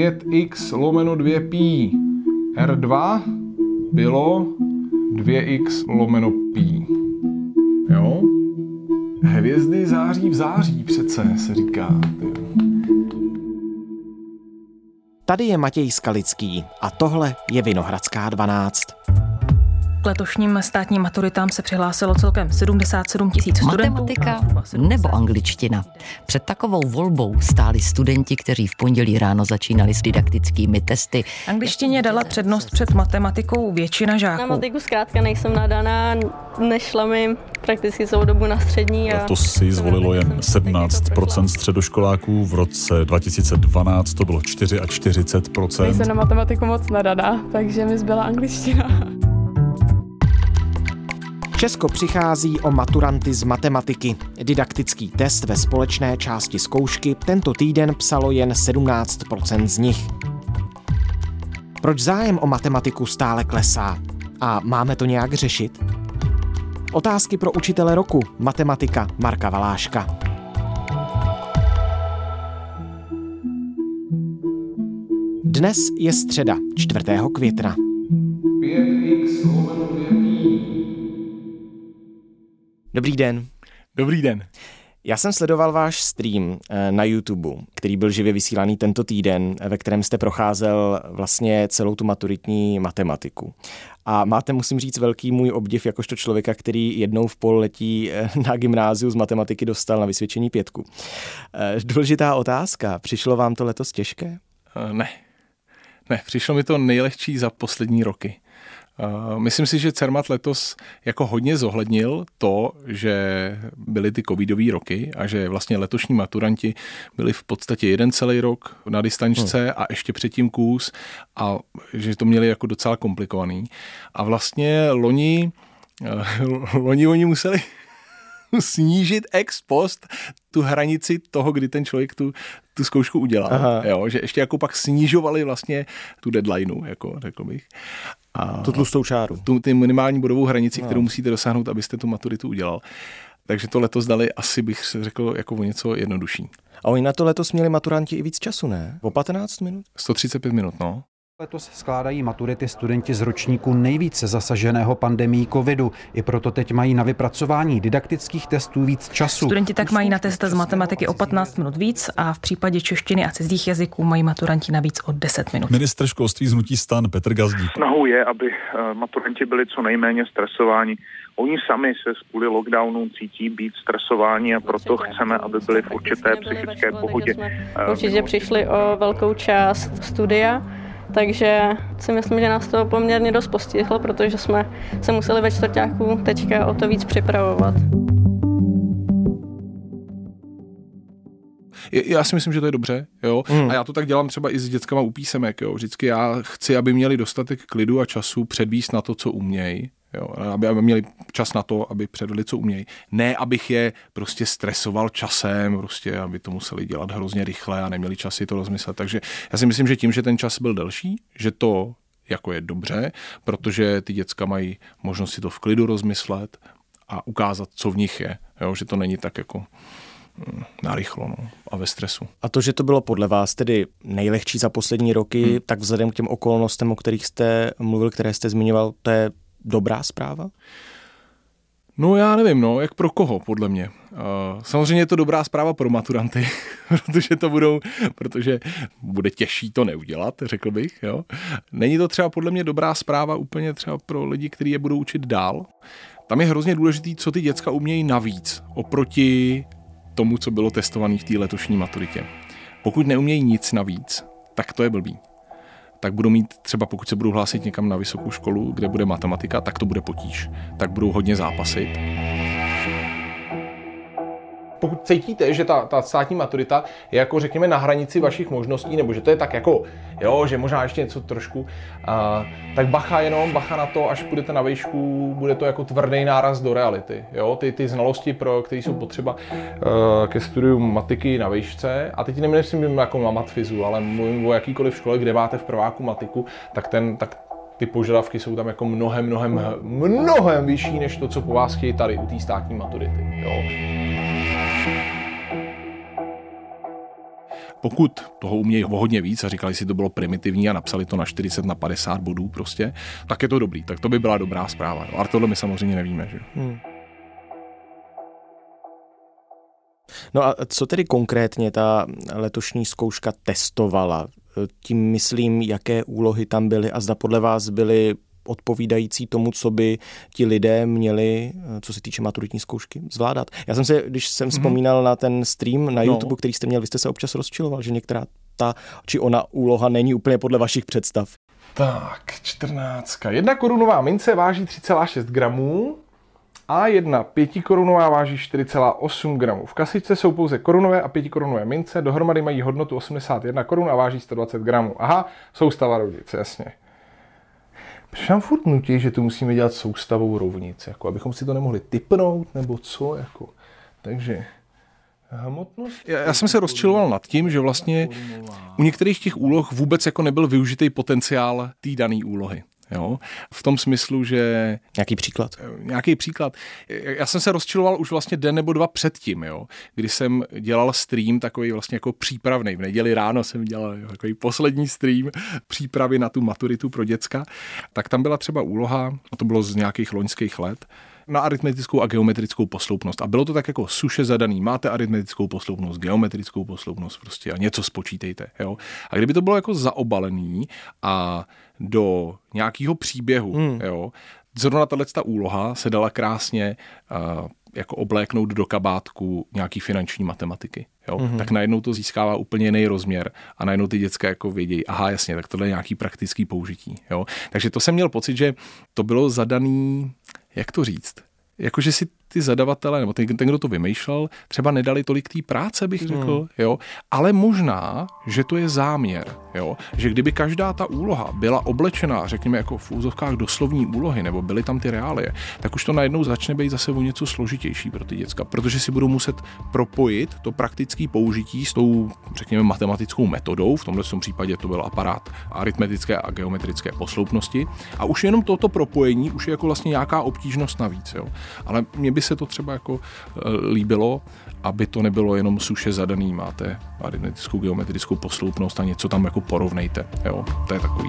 5x/2π. R2 bylo 2x/π. Jo? Hvězdy září v září přece, se říká. Tady je Matěj Skalický a tohle je Vinohradská 12. K letošním státním maturitám se přihlásilo celkem 77 000 studentů. Matematika nebo angličtina. Před takovou volbou stáli studenti, kteří v pondělí ráno začínali s didaktickými testy. Angličtině dala přednost před matematikou většina žáků. Na matiku zkrátka nejsem nadaná, nešla mi prakticky celou dobu na střední. Letos si zvolilo jen 17% středoškoláků, v roce 2012 to bylo 44%. Nejsem na matematiku moc nadaná, takže mi zbyla angličtina. Česko přichází o maturanty z matematiky. Didaktický test ve společné části zkoušky tento týden psalo jen 17% z nich. Proč zájem o matematiku stále klesá? A máme to nějak řešit? Otázky pro učitele roku, matematika Marka Valáška. Dnes je středa, 4. května. 5x/2π. Dobrý den. Dobrý den. Já jsem sledoval váš stream na YouTube, který byl živě vysílaný tento týden, ve kterém jste procházel vlastně celou tu maturitní matematiku. A máte, musím říct, velký můj obdiv jakožto člověka, který jednou v pololetí na gymnáziu z matematiky dostal na vysvědčení 5. Důležitá otázka. Přišlo vám to letos těžké? Ne, přišlo mi to nejlehčí za poslední roky. Myslím si, že Cermat letos jako hodně zohlednil to, že byly ty covidové roky a že vlastně letošní maturanti byli v podstatě jeden celý rok na distančce a ještě předtím kůz a že to měli jako docela komplikovaný. A vlastně loni oni museli snížit ex post tu hranici toho, kdy ten člověk tu zkoušku udělal. Jo, že ještě jako pak snižovali vlastně tu deadlineu, jako řekl bych. A tu tlustou čáru. Tu minimální bodovou hranici, kterou musíte dosáhnout, abyste tu maturitu udělal. Takže to letos dali, asi bych řekl, jako o něco jednodušší. A oni na to letos měli maturanti i víc času, ne? O 15 minut? 135 minut, no. Letos skládají maturity studenti z ročníku nejvíce zasaženého pandemií covidu. I proto teď mají na vypracování didaktických testů víc času. Studenti tak mají na test z matematiky o 15 minut víc a v případě češtiny a cizích jazyků mají maturanti navíc o 10 minut. Ministr školství z hnutí STAN Petr Gazdík. Snahou je, aby maturanti byli co nejméně stresováni. Oni sami se kvůli lockdownu cítí být stresováni a proto chceme, aby byli v určité psychické pohodě. Určitě přišli o velkou část studia. Takže si myslím, že nás to poměrně dost postihlo, protože jsme se museli ve čtvrťáku teďka o to víc připravovat. Já si myslím, že to je dobře, jo. A já to tak dělám třeba i s dětskama u písemek, jo. Vždycky já chci, aby měli dostatek klidu a času předvíst na to, co umějí. Jo, aby měli čas na to, aby předvedli, co umějí. Ne, abych je prostě stresoval časem, prostě, aby to museli dělat hrozně rychle a neměli čas si to rozmyslet. Takže já si myslím, že tím, že ten čas byl delší, že to jako je dobře, protože ty děcka mají možnost si to v klidu rozmyslet a ukázat, co v nich je. Jo, že to není tak jako narychlo a ve stresu. A to, že to bylo podle vás tedy nejlehčí za poslední roky, tak vzhledem k těm okolnostem, o kterých jste mluvil, které jste zmiňoval, to je dobrá zpráva? No já nevím, jak pro koho, podle mě. Samozřejmě je to dobrá zpráva pro maturanty, protože bude těžší to neudělat, řekl bych. Jo. Není to třeba podle mě dobrá zpráva úplně třeba pro lidi, kteří je budou učit dál. Tam je hrozně důležitý, co ty děcka umějí navíc, oproti tomu, co bylo testované v té letošní maturitě. Pokud neumějí nic navíc, tak to je blbý. Tak budou mít třeba, pokud se budou hlásit někam na vysokou školu, kde bude matematika, tak to bude potíž. Tak budou hodně zápasit. Pokud cítíte, že ta státní maturita je jako řekněme na hranici vašich možností, nebo že to je tak jako, jo, že možná ještě něco trošku, tak bacha na to, až půjdete na výšku, bude to jako tvrdý náraz do reality. Jo? Ty znalosti, které jsou potřeba ke studiu matiky na výšce, a teď nemyslím jako na matfizu, ale mluvím o jakýkoliv škole, kde máte v prváku matiku, tak ty požadavky jsou tam jako mnohem vyšší, než to, co po vás chtějí tady u té státní maturity. Jo? pokud toho umějí hodně víc a říkali si, to bylo primitivní a napsali to na 40 na 50 bodů prostě, tak je to dobrý, tak to by byla dobrá zpráva. No, ale tohle my samozřejmě nevíme, že? No a co tedy konkrétně ta letošní zkouška testovala? Tím myslím, jaké úlohy tam byly a zda podle vás byly odpovídající tomu, co by ti lidé měli, co se týče maturitní zkoušky, zvládat. Já jsem se, když jsem vzpomínal na ten stream na YouTube, který jste měl, vy jste se občas rozčiloval, že některá ta či ona úloha není úplně podle vašich představ. Tak, 14. 1 korunová mince váží 3,6 gramů a 1 5korunová váží 4,8 gramů. V kasičce jsou pouze korunové a 5korunové mince, dohromady mají hodnotu 81 korun a váží 120 gramů. Aha, soustava rovnic, jasně. Proč nám furt nutí, že to musíme dělat soustavou rovnic, jako abychom si to nemohli tipnout, nebo co, jako. Takže hmotnost... Já jsem se rozčiloval nad tím, že vlastně u některých těch úloh vůbec jako nebyl využitý potenciál té dané úlohy. Jo? V tom smyslu, že... Nějaký příklad. Já jsem se rozčiloval už vlastně den nebo dva předtím, jo? Kdy jsem dělal stream takový vlastně jako přípravnej. V neděli ráno jsem dělal takový poslední stream přípravy na tu maturitu pro děcka. Tak tam byla třeba úloha, a to bylo z nějakých loňských let, na aritmetickou a geometrickou posloupnost. A bylo to tak jako suše zadaný. Máte aritmetickou posloupnost, geometrickou posloupnost prostě a něco spočítejte. Jo? A kdyby to bylo jako zaobalený a do nějakého příběhu, jo, zrovna tato úloha se dala krásně jako obléknout do kabátku nějaký finanční matematiky. Jo? Tak najednou to získává úplně jiný rozměr a najednou ty děcka jako vědějí, aha, jasně, tak tohle je nějaký praktický použití. Jo? Takže to jsem měl pocit, že to bylo zadaný, jak to říct, jakože si ty zadavatelé, nebo ten, kdo to vymýšlel, třeba nedali tolik té práce, bych řekl, jo, ale možná, že to je záměr, jo, že kdyby každá ta úloha byla oblečená, řekněme jako v úzovkách doslovní úlohy, nebo byly tam ty reálie, tak už to najednou začne být zase o něco složitější pro ty děcka, protože si budou muset propojit to praktické použití s tou, řekněme, matematickou metodou, v tomhle případě to byl aparát aritmetické a geometrické posloupnosti, a už jenom toto propojení už je jako vlastně nějaká obtížnost navíc, jo. Ale mě by se to třeba jako líbilo, aby to nebylo jenom suše zadaný, máte aritmetickou, geometrickou posloupnost a něco tam jako porovnejte, jo, to je takový.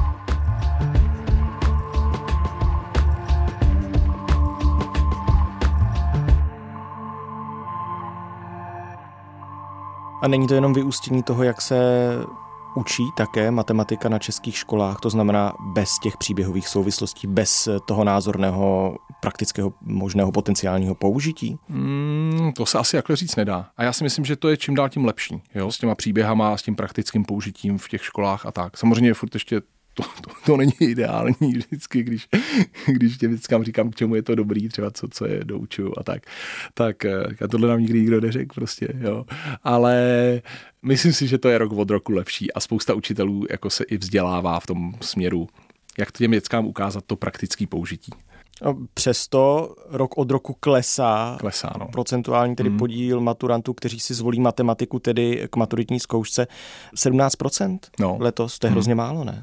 A není to jenom vyústění toho, jak se učí také matematika na českých školách, to znamená bez těch příběhových souvislostí, bez toho názorného, praktického, možného potenciálního použití? To se asi takhle říct nedá. A já si myslím, že to je čím dál tím lepší. Jo? S těma příběhama, s tím praktickým použitím v těch školách a tak. Samozřejmě furt ještě to není ideální vždycky, když těm dětskám říkám, k čemu je to dobrý, třeba co je doučuju a tak tohle nám nikdy neřekl prostě, jo. Ale myslím si, že to je rok od roku lepší a spousta učitelů jako se i vzdělává v tom směru, jak těm dětskám ukázat to praktické použití. Přesto rok od roku klesá no. Procentuální tedy podíl maturantů, kteří si zvolí matematiku tedy k maturitní zkoušce. 17% letos, to je hrozně málo, ne?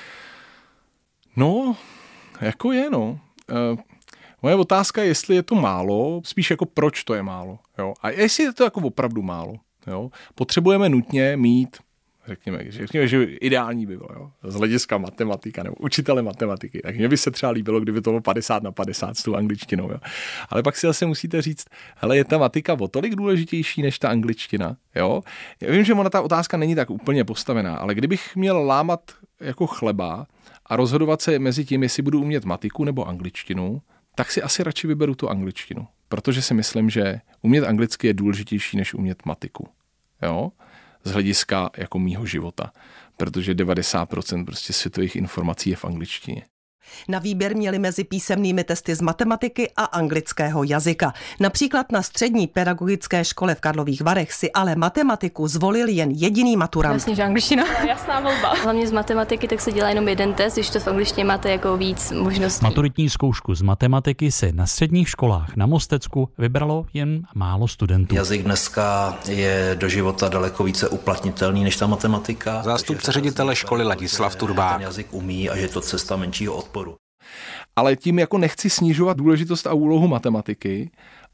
No, jako je, no. Moje otázka je, jestli je to málo, spíš jako proč to je málo. Jo? A jestli je to jako opravdu málo. Jo? Potřebujeme nutně mít, řekněme, že ideální by bylo, jo? Z hlediska matematika nebo učitele matematiky. Tak mně by se třeba líbilo, kdyby to bylo 50/50 s tou angličtinou. Jo? Ale pak si zase musíte říct, hele, je ta matika o tolik důležitější než ta angličtina. Jo? Já vím, že ona ta otázka není tak úplně postavená, ale kdybych měl lámat jako chleba a rozhodovat se mezi tím, jestli budu umět matiku nebo angličtinu, tak si asi radši vyberu tu angličtinu. Protože si myslím, že umět anglicky je důležitější, než umět matiku. Jo? Z hlediska jako mýho života. Protože 90% prostě světových informací je v angličtině. Na výběr měli mezi písemnými testy z matematiky a anglického jazyka. Například na střední pedagogické škole v Karlových Varech si ale matematiku zvolil jen jediný maturant. Jasně, že angličtina. Jasná volba. Hlavně z matematiky tak se dělá jenom jeden test, když to v angličtině máte jako víc možností. Maturitní zkoušku z matematiky se na středních školách na Mostecku vybralo jen málo studentů. Jazyk dneska je do života daleko více uplatnitelný než ta matematika. Zástupce ředitele školy Ladislav Turbák. Ten jazyk umí a že to cesta menšího odporu. Ale tím jako nechci snižovat důležitost a úlohu matematiky,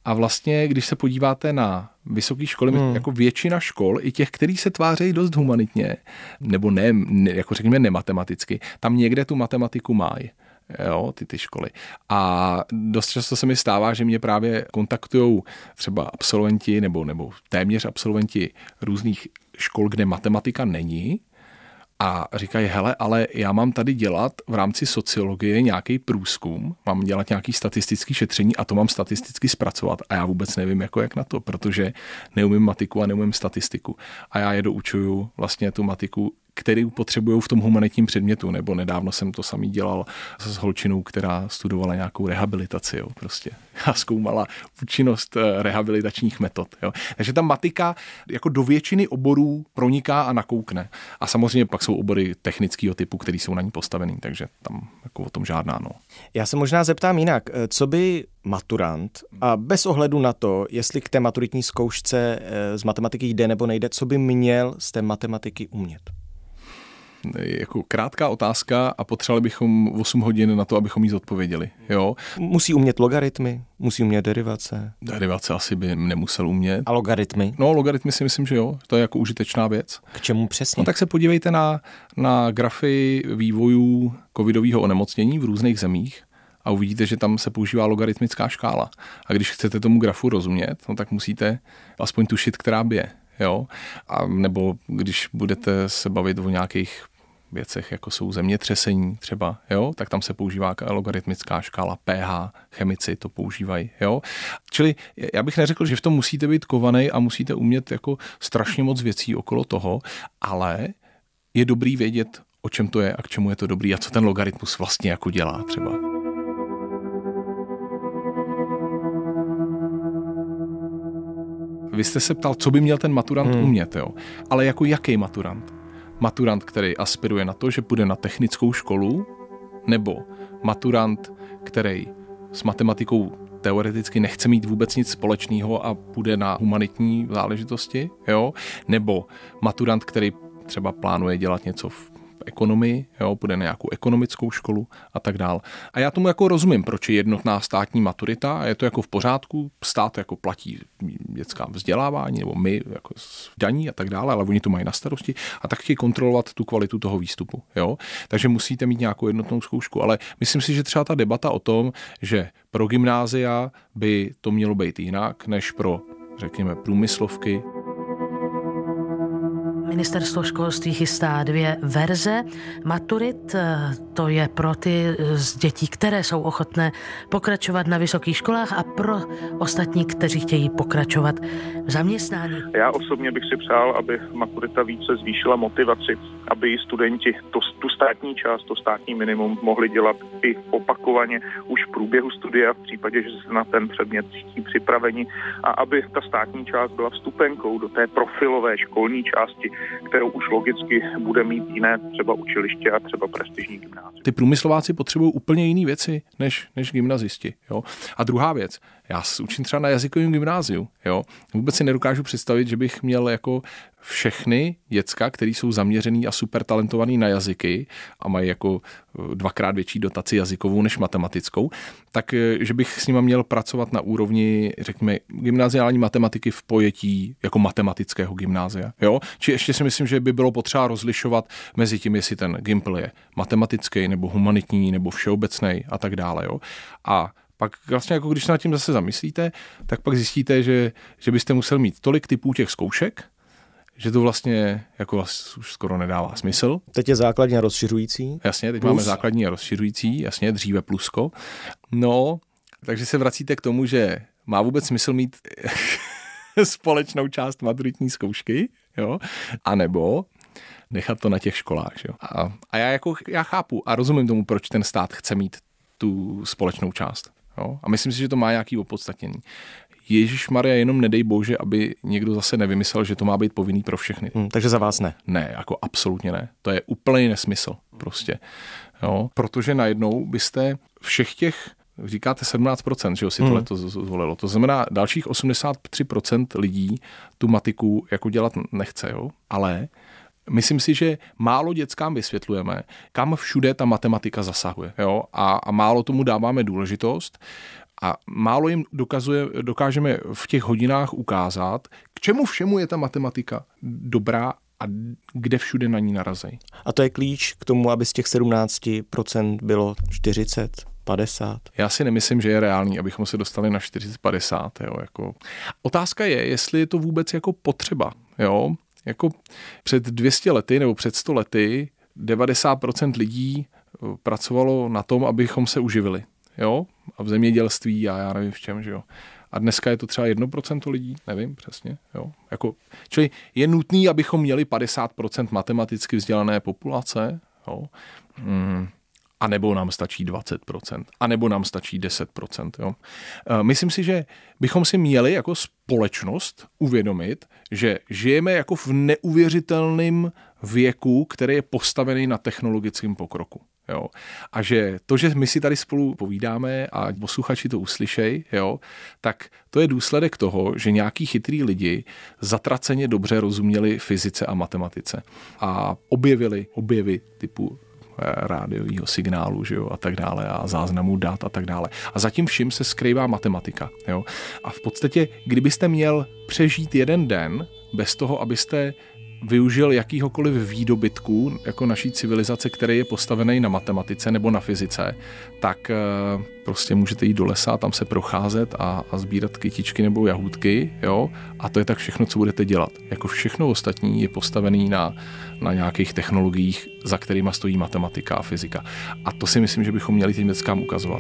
A vlastně, když se podíváte na vysoké školy, jako většina škol, i těch, který se tvářejí dost humanitně, nebo ne, jako řekněme nematematicky, tam někde tu matematiku mají. Jo, ty školy. A dost často se mi stává, že mě právě kontaktujou třeba absolventi nebo téměř absolventi různých škol, kde matematika není a říkají, hele, ale já mám tady dělat v rámci sociologie nějaký průzkum, mám dělat nějaký statistický šetření a to mám statisticky zpracovat a já vůbec nevím, jak na to, protože neumím matiku a neumím statistiku. A já je doučuju vlastně tu matiku, který potřebují v tom humanitním předmětu, nebo nedávno jsem to samý dělal s holčinou, která studovala nějakou rehabilitaci, jo, prostě. A zkoumala účinnost rehabilitačních metod. Jo. Takže ta matika jako do většiny oborů proniká a nakoukne. A samozřejmě pak jsou obory technického typu, které jsou na ní postavený, takže tam jako o tom žádná. No. Já se možná zeptám jinak, co by maturant, a bez ohledu na to, jestli k té maturitní zkoušce z matematiky jde nebo nejde, co by měl z té matematiky umět? Jako krátká otázka a potřebovali bychom 8 hodin na to, abychom jí zodpověděli. Jo? Musí umět logaritmy, musí umět derivace. Derivace asi by nemusel umět. A logaritmy? No, logaritmy si myslím, že jo. To je jako užitečná věc. K čemu přesně? No tak se podívejte na grafy vývojů covidového onemocnění v různých zemích a uvidíte, že tam se používá logaritmická škála. A když chcete tomu grafu rozumět, no tak musíte aspoň tušit, která bije. Jo? A nebo když budete se bavit o nějakých věcech, jako jsou zemětřesení třeba, jo? Tak tam se používá logaritmická škála pH, chemici to používají. Jo? Čili já bych neřekl, že v tom musíte být kovaný a musíte umět jako strašně moc věcí okolo toho, ale je dobrý vědět, o čem to je a k čemu je to dobrý a co ten logaritmus vlastně jako dělá třeba. Vy jste se ptal, co by měl ten maturant umět, jo? Ale jako jaký maturant? Maturant, který aspiruje na to, že půjde na technickou školu, nebo maturant, který s matematikou teoreticky nechce mít vůbec nic společného a půjde na humanitní záležitosti, jo? Nebo maturant, který třeba plánuje dělat něco v ekonomii, jo, půjde na nějakou ekonomickou školu a tak dál. A já tomu jako rozumím, proč je jednotná státní maturita a je to jako v pořádku, stát jako platí dětská vzdělávání nebo my jako daní a tak dále, ale oni to mají na starosti a tak chtějí kontrolovat tu kvalitu toho výstupu, jo. Takže musíte mít nějakou jednotnou zkoušku, ale myslím si, že třeba ta debata o tom, že pro gymnázia by to mělo být jinak než pro, řekněme, průmyslovky. Ministerstvo školství chystá 2 verze maturit, to je pro ty z dětí, které jsou ochotné pokračovat na vysokých školách a pro ostatní, kteří chtějí pokračovat v zaměstnání. Já osobně bych si přál, aby maturita více zvýšila motivaci, aby i studenti tu státní část, to státní minimum mohli dělat i opakovaně už v průběhu studia v případě, že se na ten předmět cítí připraveni a aby ta státní část byla vstupenkou do té profilové školní části, kterou už logicky bude mít jiné třeba učiliště a třeba prestižní gymnázium. Ty průmyslováci potřebují úplně jiné věci než gymnazisti. Jo? A druhá věc, já se učím třeba na jazykovém gymnáziu. Jo? Vůbec si nedokážu představit, že bych měl jako všechny děcka, který jsou zaměřený a super talentovaný na jazyky a mají jako 2x větší dotaci jazykovou než matematickou, tak že bych s nima měl pracovat na úrovni, řekněme, gymnaziální matematiky v pojetí jako matematického gymnázia. Jo? Či ještě si myslím, že by bylo potřeba rozlišovat mezi tím, jestli ten gympl je matematický nebo humanitní nebo všeobecný a tak dále. Jo? A pak vlastně, jako když se nad tím zase zamyslíte, tak pak zjistíte, že byste musel mít tolik typů těch zkoušek, že to vlastně jako už skoro nedává smysl. Teď je základní a rozšiřující. Jasně, teď máme základní a rozšiřující, jasně, dříve plusko. No, takže se vracíte k tomu, že má vůbec smysl mít společnou část maturitní zkoušky, jo, anebo nechat to na těch školách, jo. A já chápu a rozumím tomu, proč ten stát chce mít tu společnou část, jo. A myslím si, že to má nějaký opodstatnění. Ježišmarja, jenom nedej bože, aby někdo zase nevymyslel, že to má být povinný pro všechny. Takže za vás ne? Ne, jako absolutně ne. To je úplný nesmysl prostě. Jo? Protože najednou byste všech těch, říkáte 17%, že jo, si tohle to zvolilo. To znamená, dalších 83% lidí tu matiku jako dělat nechce, jo? Ale myslím si, že málo dětskám vysvětlujeme, kam všude ta matematika zasahuje, jo? A málo tomu dáváme důležitost. A málo jim dokážeme v těch hodinách ukázat, k čemu všemu je ta matematika dobrá a kde všude na ní narazejí. A to je klíč k tomu, aby z těch 17% bylo 40, 50? Já si nemyslím, že je reálný, abychom se dostali na 40-50. Jako. Otázka je, jestli je to vůbec jako potřeba. Jo? Jako před 200 lety nebo před 100 lety 90% lidí pracovalo na tom, abychom se uživili. Jo? A v zemědělství a já nevím v čem, že jo. A dneska je to třeba 1% lidí, nevím přesně. Jo? Jako, čili je nutný, abychom měli 50% matematicky vzdělané populace, jo? A nebo nám stačí 20%, a nebo nám stačí 10%. Jo? Myslím si, že bychom si měli jako společnost uvědomit, že žijeme jako v neuvěřitelném věku, který je postavený na technologickém pokroku. Jo. A že to, že my si tady spolu povídáme a posluchači to uslyšej, jo, tak to je důsledek toho, že nějaký chytrý lidi zatraceně dobře rozuměli fyzice a matematice a objevili objevy typu rádiového signálu, že jo, a tak dále a záznamů dat a tak dále. A zatím vším se skrývá matematika. Jo. A v podstatě, kdybyste měl přežít jeden den bez toho, abyste využil jakýhokoliv výdobytku jako naší civilizace, který je postavený na matematice nebo na fyzice, tak prostě můžete jít do lesa, tam se procházet a sbírat kytičky nebo jahůdky, jo? A to je tak všechno, co budete dělat. Jako všechno ostatní je postavený na nějakých technologiích, za kterýma stojí matematika a fyzika. A to si myslím, že bychom měli těm dětskám ukazovat.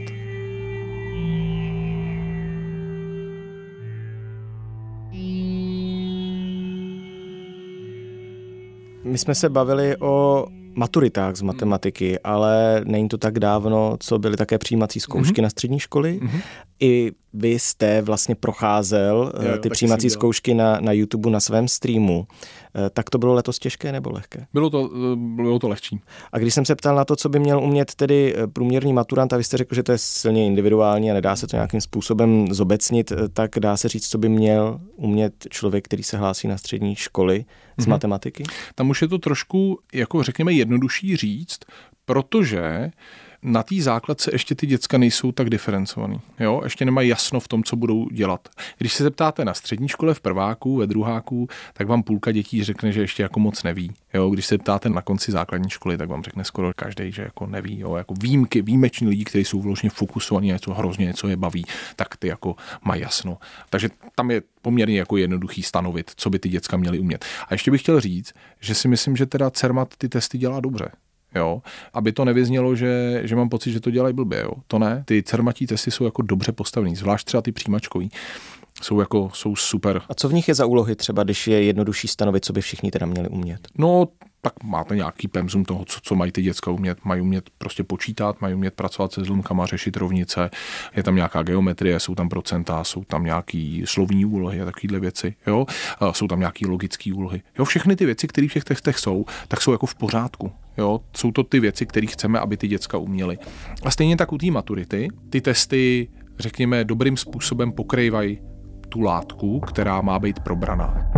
My jsme se bavili o maturitách z matematiky, ale není to tak dávno, co byly také přijímací zkoušky na střední školy. I vy jste vlastně procházel ty přijímací zkoušky na YouTube na svém streamu. Tak to bylo letos těžké nebo lehké? Bylo to lehčí. A když jsem se ptal na to, co by měl umět tedy průměrný maturant, a vy jste řekl, že to je silně individuální a nedá se to nějakým způsobem zobecnit, tak dá se říct, co by měl umět člověk, který se hlásí na střední školy z matematiky? Tam už je to trošku, jako řekněme, jednodušší říct, protože na té základce ještě ty děcka nejsou tak diferencovaný. Jo? Ještě nemají jasno v tom, co budou dělat. Když se zeptáte na střední škole v prváku, ve druháku, tak vám půlka dětí řekne, že ještě jako moc neví. Jo? Když se ptáte na konci základní školy, tak vám řekne skoro každý, že jako neví. Jo? Jako výjimeční lidi, kteří jsou vložně fokusovaní, něco je baví, tak ty jako mají jasno. Takže tam je poměrně jako jednoduchý stanovit, co by ty děcka měly umět. A ještě bych chtěl říct, že si myslím, že teda Cermat ty testy dělá dobře. Jo, aby to nevyznělo, že mám pocit, že to dělají blbě. Jo. To ne, ty cermatí testy jsou jako dobře postavený, zvlášť třeba ty přijímačkový. Jsou super. A co v nich je za úlohy třeba, když je jednodušší stanovit, co by všichni teda měli umět? No, tak máte nějaký pemzum toho, co mají ty děcka umět. Mají umět prostě počítat, mají umět pracovat se zlomkama, řešit rovnice, je tam nějaká geometrie, jsou tam procenta, jsou tam nějaký slovní úlohy a takovéhle věci. Jo? Jsou tam nějaký logické úlohy. Jo, všechny ty věci, které v těch testech jsou, tak jsou jako v pořádku. Jo? Jsou to ty věci, které chceme, aby ty děcka uměly. A stejně tak u té maturity, ty testy, řekněme, dobrým způsobem pokrývají tu látku, která má být probraná.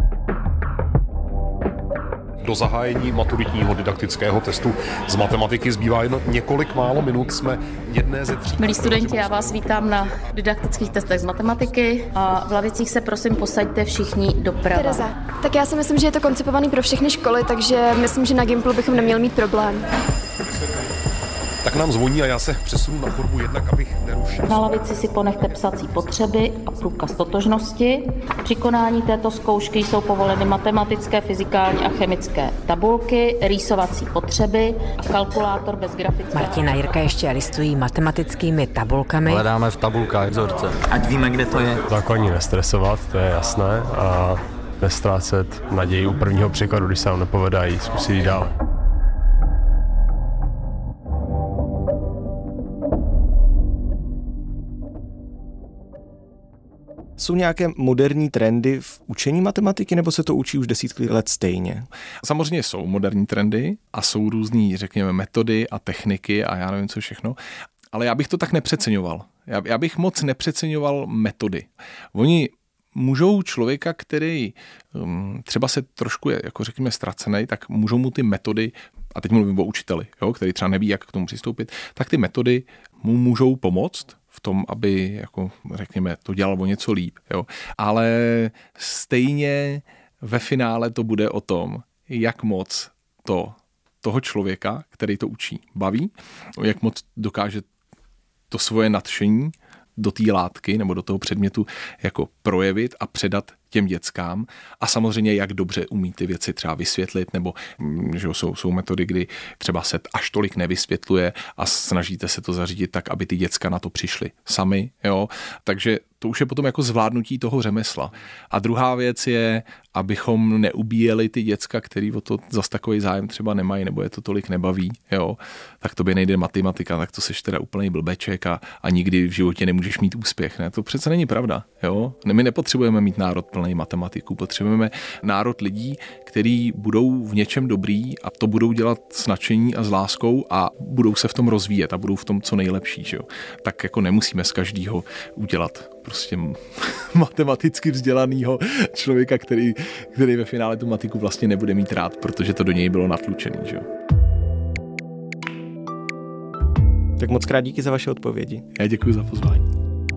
Do zahájení maturitního didaktického testu z matematiky zbývá jen několik málo minut. Jsme jedné ze 3. Milí studenti, já vás vítám na didaktických testech z matematiky a v lavicích se prosím posaďte všichni doprava. Tereza, tak já si myslím, že je to koncipovaný pro všechny školy, takže myslím, že na Gimplu bychom neměli mít problém. Tak nám zvoní a já se přesunu na chodbu jednak, abych nerušil. Na lavici si ponechte psací potřeby a průkaz totožnosti. Při konání této zkoušky jsou povoleny matematické, fyzikální a chemické tabulky, rýsovací potřeby a kalkulátor bez grafického. Martina a Jirka ještě listují matematickými tabulkami. Hledáme v tabulkách vzorce. Ať víme, kde to je. Základní nestresovat, to je jasné, a nestrácet naději u prvního překladu, když se nám nepovedají, zkusit jít dál. Jsou nějaké moderní trendy v učení matematiky, nebo se to učí už desítky let stejně? Samozřejmě jsou moderní trendy a jsou různý, řekněme, metody a techniky a já nevím, co všechno, ale já bych to tak nepřeceňoval. Já bych moc nepřeceňoval metody. Oni můžou člověka, který třeba se trošku je, jako řekněme, ztracený, tak můžou mu ty metody, a teď mluvím o učiteli, jo, který třeba neví, jak k tomu přistoupit, tak ty metody mu můžou pomoct v tom, aby, jako řekněme, to dělal o něco líp. Jo. Ale stejně ve finále to bude o tom, jak moc toho člověka, který to učí, baví, jak moc dokáže to svoje nadšení do té látky nebo do toho předmětu jako projevit a předat těm dětskám a samozřejmě jak dobře umí ty věci třeba vysvětlit, nebo že jsou metody, kdy třeba se až tolik nevysvětluje a snažíte se to zařídit tak, aby ty děcka na to přišly sami, jo. Takže to už je potom jako zvládnutí toho řemesla. A druhá věc je, abychom neubíjeli ty děcka, který o to zas takový zájem třeba nemají, nebo je to tolik nebaví, jo. Tak to by nejde matematika, tak to seš teda úplný blbeček a nikdy v životě nemůžeš mít úspěch, ne? To přece není pravda, jo. My nepotřebujeme mít národ plný matematiku, potřebujeme národ lidí, kteří budou v něčem dobrý a to budou dělat s nadšení a s láskou a budou se v tom rozvíjet a budou v tom co nejlepší, že jo. Tak jako nemusíme z každého udělat prostě matematicky vzdělanýho člověka, který ve finále tu matiku vlastně nebude mít rád, protože to do něj bylo natlučený, že jo. Tak moc krát díky za vaše odpovědi. Já děkuji za pozvání.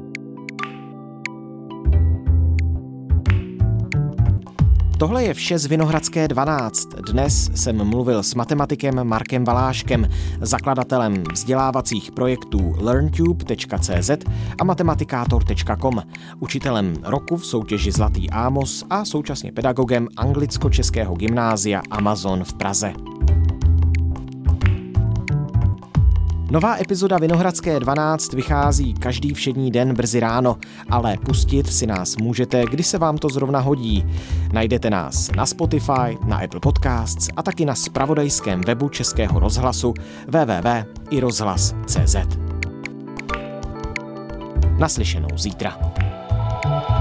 Tohle je vše z Vinohradské 12. Dnes jsem mluvil s matematikem Markem Valáškem, zakladatelem vzdělávacích projektů learntube.cz a matematikátor.com, učitelem roku v soutěži Zlatý Ámos a současně pedagogem anglicko-českého gymnázia Amazon v Praze. Nová epizoda Vinohradské 12 vychází každý všední den brzy ráno, ale pustit si nás můžete, kdy se vám to zrovna hodí. Najdete nás na Spotify, na Apple Podcasts a taky na zpravodajském webu Českého rozhlasu www.irozhlas.cz. Naslyšenou zítra.